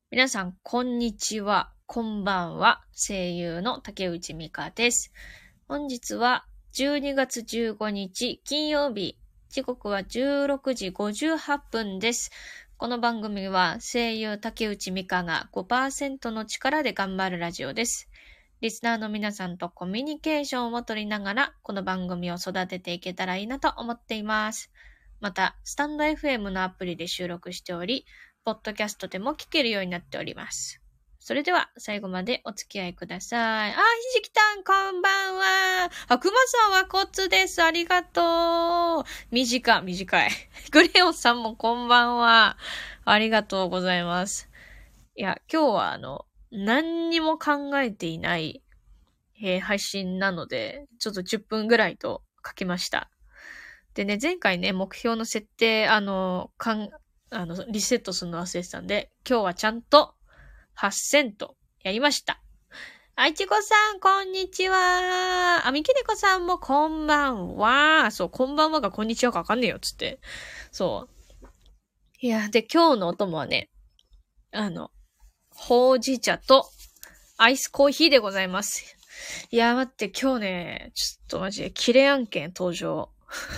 皆さん、こんにちは。こんばんは。声優の竹内美香です。本日は12月15日金曜日。時刻は16時58分です。この番組は声優竹内美香が 5% の力で頑張るラジオです。リスナーの皆さんとコミュニケーションを取りながら、この番組を育てていけたらいいなと思っています。また、スタンド FM のアプリで収録しており、ポッドキャストでも聞けるようになっております。それでは、最後までお付き合いください。ひじきたん、こんばんは。くまさんはこつです。ありがとう。短い。グレオさんもこんばんは。ありがとうございます。いや、今日は何にも考えていない、配信なので、ちょっと10分ぐらいと書きました。でね、前回ね、目標の設定、リセットするの忘れてたんで、今日はちゃんと8000とやりました。いちごさん、こんにちは。みきねこさんもこんばんは。そう、こんばんはがこんにちはかわかんねえよ、つって。そう。いや、で、今日のお供はね、ほうじ茶とアイスコーヒーでございます。いや、待って、今日ね、ちょっとマジで、キレ案件登場。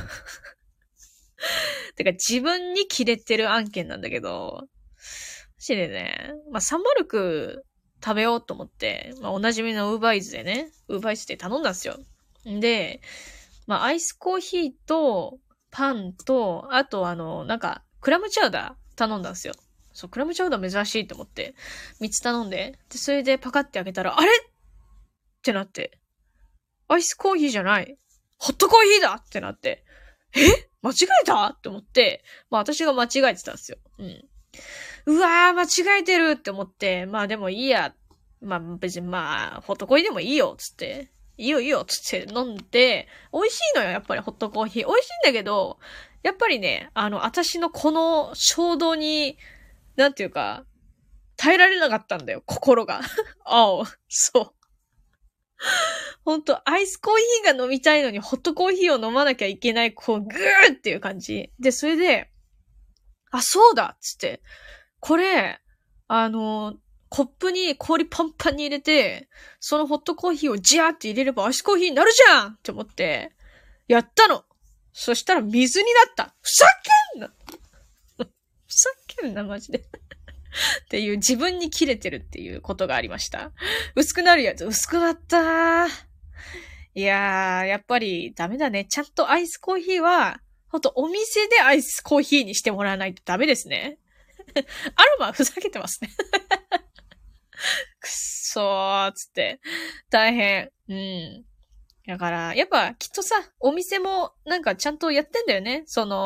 てか、自分にキレてる案件なんだけど、マジでね、サンマルク食べようと思って、おなじみのウーバーイーツでね、ウーバーイーツで頼んだんですよ。で、アイスコーヒーと、パンと、あとクラムチャウダー頼んだんですよ。そう、クラムチャウダー珍しいと思って、3つ頼んで、それでパカって開けたら、あれってなって、アイスコーヒーじゃない。ホットコーヒーだってなって、間違えたって思って、私が間違えてたんですよ。うわー、間違えてるって思って、でもいいや。別にホットコーヒーでもいいよ、つって。いいよ、つって飲んで、美味しいのよ、やっぱりホットコーヒー。美味しいんだけど、やっぱりね、私のこの衝動に、なんていうか、耐えられなかったんだよ、心が。そう。ほんと、アイスコーヒーが飲みたいのにホットコーヒーを飲まなきゃいけない、こう、ぐーっていう感じ。で、それで、そうだっつって。これ、コップに氷パンパンに入れて、そのホットコーヒーをジャーって入れればアイスコーヒーになるじゃんって思って、やったの。そしたら水になった。ふざけんなふざけんな、マジで。っていう自分に切れてるっていうことがありました。薄くなるやつ、薄くなったいやー、やっぱりダメだね。ちゃんとアイスコーヒーは、ほんとお店でアイスコーヒーにしてもらわないとダメですね。アロマふざけてますね。くっそー、つって。大変。だから、やっぱきっとさ、お店もちゃんとやってんだよね。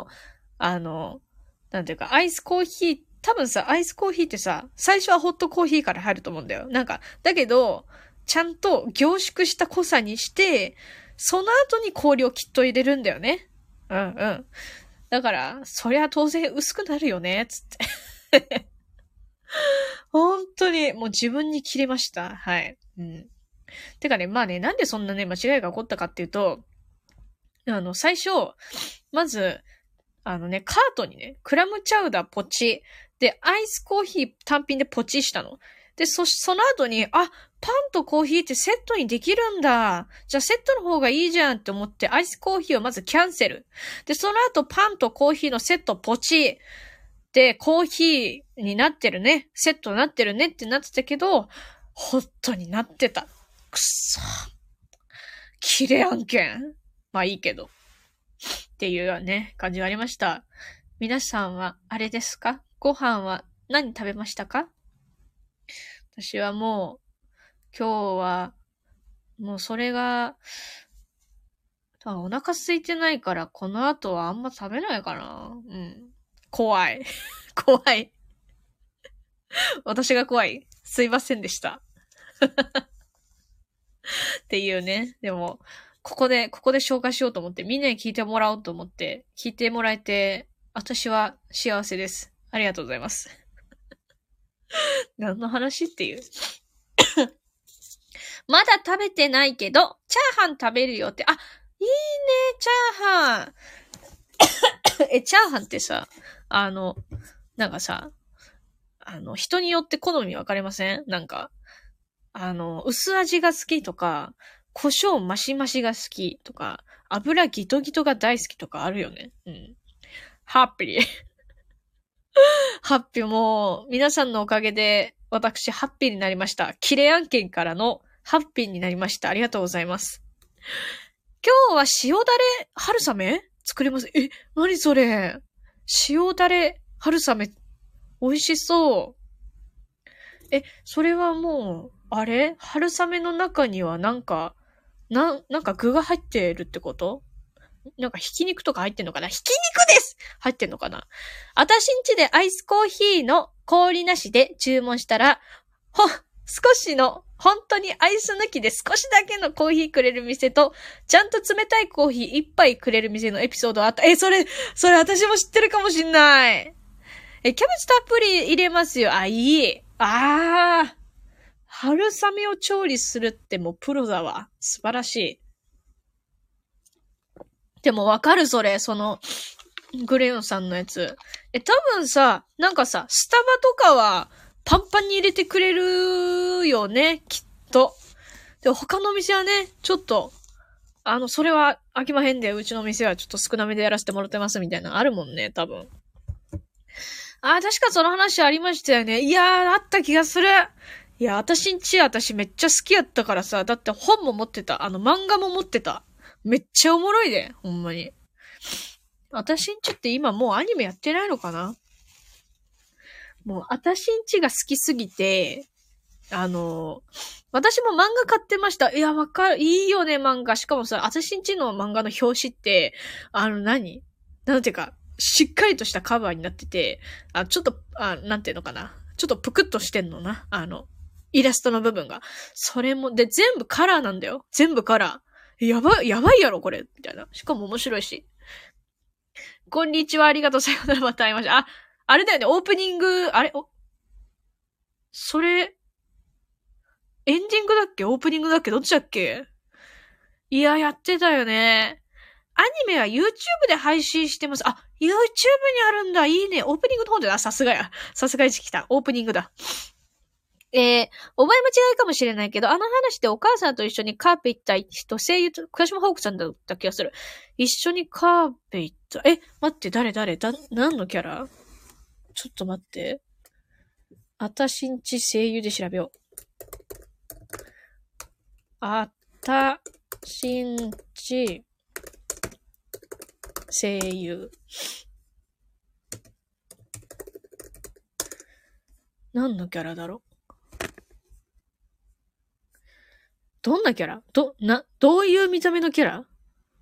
なんていうか、アイスコーヒー、多分さ、アイスコーヒーってさ、最初はホットコーヒーから入ると思うんだよ。だけど、ちゃんと凝縮した濃さにして、その後に氷をきっと入れるんだよね。だから、そりゃ当然薄くなるよね、つって。本当に、もう自分に切れました。はい。てかね、なんでそんなね、間違いが起こったかっていうと、最初、まず、カートにね、クラムチャウダーポチ、で、アイスコーヒー単品でポチしたの。で、その後に、パンとコーヒーってセットにできるんだ。じゃあセットの方がいいじゃんって思って、アイスコーヒーをまずキャンセル。で、その後パンとコーヒーのセットポチ。で、コーヒーになってるね。セットになってるねってなってたけど、ホットになってた。くっそ。キレ案件。いいけど。っていうね、感じがありました。皆さんは、あれですか？ご飯は何食べましたか？私はもう、今日は、もうそれが、お腹空いてないから、この後はあんま食べないかな。怖い。怖い。私が怖い。すいませんでした。っていうね。でも、ここで紹介しようと思って、みんなに聞いてもらおうと思って、聞いてもらえて、私は幸せです。ありがとうございます。何の話っていう。まだ食べてないけど、チャーハン食べるよって。いいね、チャーハン。チャーハンってさ、さ、 人によって好み分かれません？なんか、薄味が好きとか、胡椒マシマシが好きとか、油ギトギトが大好きとかあるよね。うん。ハッピー。ハッピーもう、皆さんのおかげで、私、ハッピーになりました。キレ案件からのハッピーになりました。ありがとうございます。今日は塩だれ春雨作れます。何それ？塩だれ春雨、美味しそう。それはもう、あれ？春雨の中にはなんか具が入ってるってこと？なんかひき肉とか入ってんのかな？ひき肉です！入ってんのかな？私んちでアイスコーヒーの氷なしで注文したら、少しの、本当にアイス抜きで少しだけのコーヒーくれる店と、ちゃんと冷たいコーヒー一杯くれる店のエピソードあった。それ私も知ってるかもしんない。キャベツたっぷり入れますよ。いい。春雨を調理するってもうプロだわ。素晴らしい。でもわかるそれ、グレヨンさんのやつ。多分さ、なんかさ、スタバとかはパンパンに入れてくれるよね、きっと。で、他の店はね、ちょっと、それは飽きまへんで、うちの店はちょっと少なめでやらせてもらってますみたいなのあるもんね、多分。確かその話ありましたよね。いやー、あった気がする。いや、私めっちゃ好きやったからさ、だって本も持ってた。漫画も持ってた。めっちゃおもろいで、ほんまに。私んちって今もうアニメやってないのかな？もう私んちが好きすぎて、私も漫画買ってました。いや、いいよね、漫画。しかもさ、私んちの漫画の表紙って、なんていうか、しっかりとしたカバーになってて、ちょっと、なんていうのかな。ちょっとぷくっとしてんのな。イラストの部分が。それも、で、全部カラーなんだよ。全部カラー。やばいやろ、これ。みたいな。しかも面白いし。こんにちは、ありがとう、さよなら、また会いました。あれだよね、オープニング、それ、エンディングだっけ？オープニングだっけ？どっちだっけ？いや、やってたよね。アニメは YouTube で配信してます。YouTube にあるんだ。いいね。オープニングの方で、さすがや。さすがに来た。オープニングだ。覚え間違いかもしれないけど、話でお母さんと一緒にカーペ行った人、声優と、倉島ホークさんだった気がする。一緒にカーペ行った。待って、誰何のキャラ？ちょっと待って。あたしんち声優で調べよう。あたしんち声優。何のキャラだろう？どんなキャラ？どういう見た目のキャラ？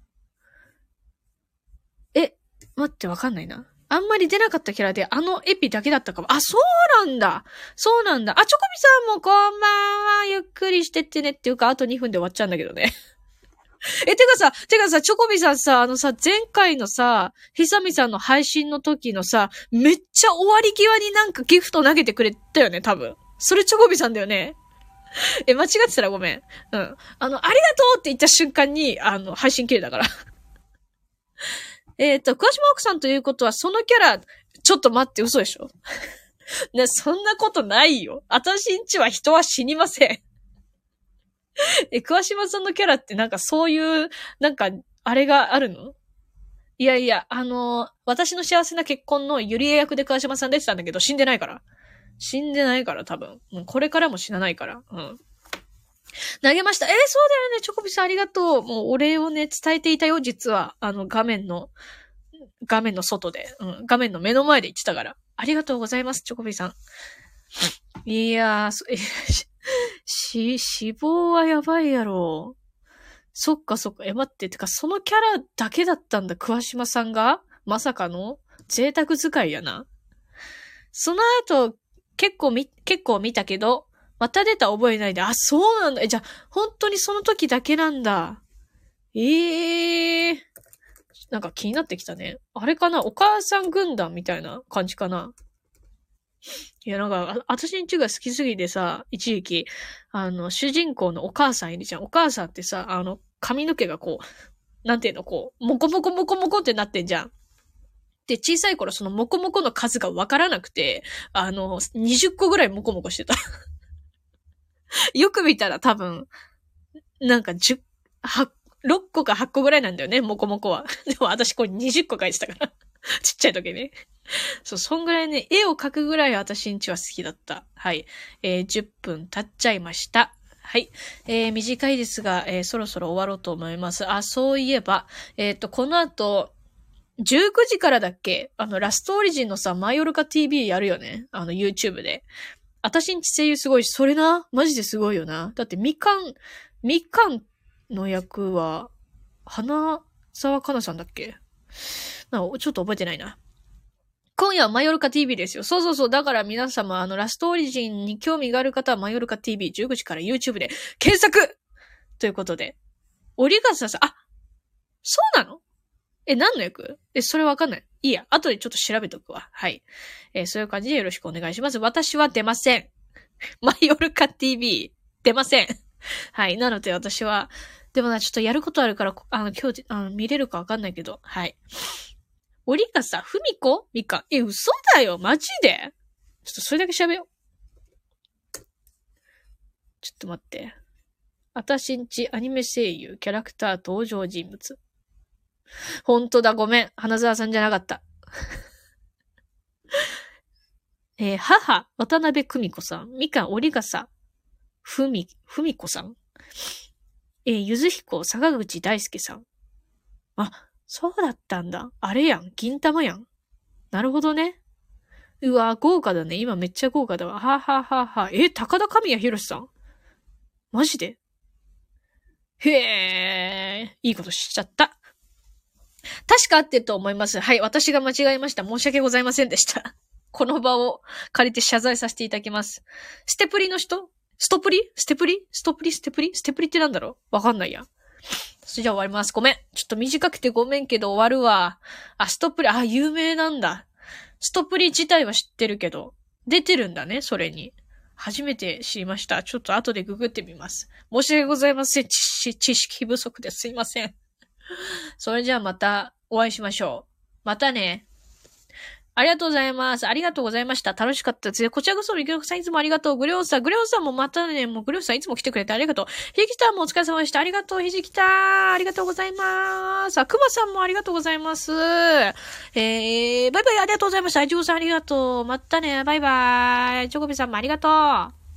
待って、わかんないな。あんまり出なかったキャラで、エピだけだったかも。そうなんだ。そうなんだ。チョコビさんもこんばんは。ゆっくりしてってねっていうか、あと2分で終わっちゃうんだけどね。てかさ、チョコビさんさ、前回のさ、ひさみさんの配信の時のさ、めっちゃ終わり際になんかギフト投げてくれたよね、多分。それチョコビさんだよね。間違ってたらごめん。うん。ありがとうって言った瞬間に、配信切れたから。桑島奥さんということは、そのキャラ、ちょっと待って、嘘でしょ？ね、そんなことないよ。私んちは人は死にません。桑島さんのキャラってなんかそういう、なんか、あれがあるの？いやいや、私の幸せな結婚のゆりえ役で桑島さん出てたんだけど、死んでないから。死んでないから、多分。これからも死なないから。うん。投げました。そうだよね、チョコビさんありがとう。もうお礼をね、伝えていたよ、実は。画面の外で。画面の目の前で言ってたから。ありがとうございます、チョコビさん。いやー、死亡はやばいやろ。そっか。待って、てかそのキャラだけだったんだ、桑島さんが？まさかの贅沢使いやな。その後、結構見たけど、また出た覚えないで。そうなんだ。じゃあ、本当にその時だけなんだ。なんか気になってきたね。あれかな？お母さん軍団みたいな感じかな。いや、なんか、私んちが好きすぎてさ、一時期、主人公のお母さんいるじゃん。お母さんってさ、髪の毛がこう、なんていうの、こう、もこもこってなってんじゃん。 って小さい頃そのモコモコの数がわからなくて、20個ぐらいモコモコしてた。よく見たら多分、なんか6個か8個ぐらいなんだよね、モコモコは。でも私これ20個描いてたから。ちっちゃい時ね。そう、そんぐらいね、絵を描くぐらい私んちは好きだった。はい。10分経っちゃいました。はい。短いですが、そろそろ終わろうと思います。あ、そういえば、この後、19時からだっけラストオリジンのさ、マイオルカ TV やるよね。YouTube で。私んち声優すごいし、それな、マジですごいよな。だってみかんの役は、花沢香菜さんだっけ？なんかちょっと覚えてないな。今夜はマヨルカ TV ですよ。そうそうそう。だから皆様、ラストオリジンに興味がある方はマヨルカ TV 19時から YouTube で検索ということで。オリガサさん、あ、そうなの？何の役？それわかんない。いいや。後でちょっと調べとくわ。はい。そういう感じでよろしくお願いします。私は出ません。マヨルカ TV 出ません。はい。なので私は、でもな、ちょっとやることあるから、今日、見れるかわかんないけど、はい。オリガサ、フミコミカ。嘘だよ、マジで？ちょっとそれだけ喋よう。ちょっと待って。あたしんちアニメ声優、キャラクター登場人物。ほんとだ、ごめん。花沢さんじゃなかった。母、渡辺久美子さん。みかん、オリガサ、ふみこさん。ゆずひこ、坂口大輔さん。あ、そうだったんだ。あれやん。銀玉やん。なるほどね。うわ、豪華だね。今めっちゃ豪華だわ。はははは。高田神谷博さん？マジで？へえ、いいことしちゃった。確か合ってると思います。はい、私が間違えました。申し訳ございませんでした。この場を借りて謝罪させていただきます。ステプリの人？ステプリってなんだろう？わかんないや。それじゃあ終わります。ごめん。ちょっと短くてごめんけど終わるわ。ストプリ、有名なんだ。ストプリ自体は知ってるけど、出てるんだね、それに。初めて知りました。ちょっと後でググってみます。申し訳ございません。知識不足ですいません。それじゃあまたお会いしましょう。またね。ありがとうございます。ありがとうございました。楽しかったです。こちらこそ、グリョウさんいつもありがとう。グリョウさんもまたね、もうグリョウさんいつも来てくれてありがとう。ひじきたんもお疲れ様でした。ありがとう、ひじきたん。ありがとうございます。くまさんもありがとうございます。バイバイありがとうございました。いちごさんありがとう。またね、バイバイ。チョコビさんもありがとう。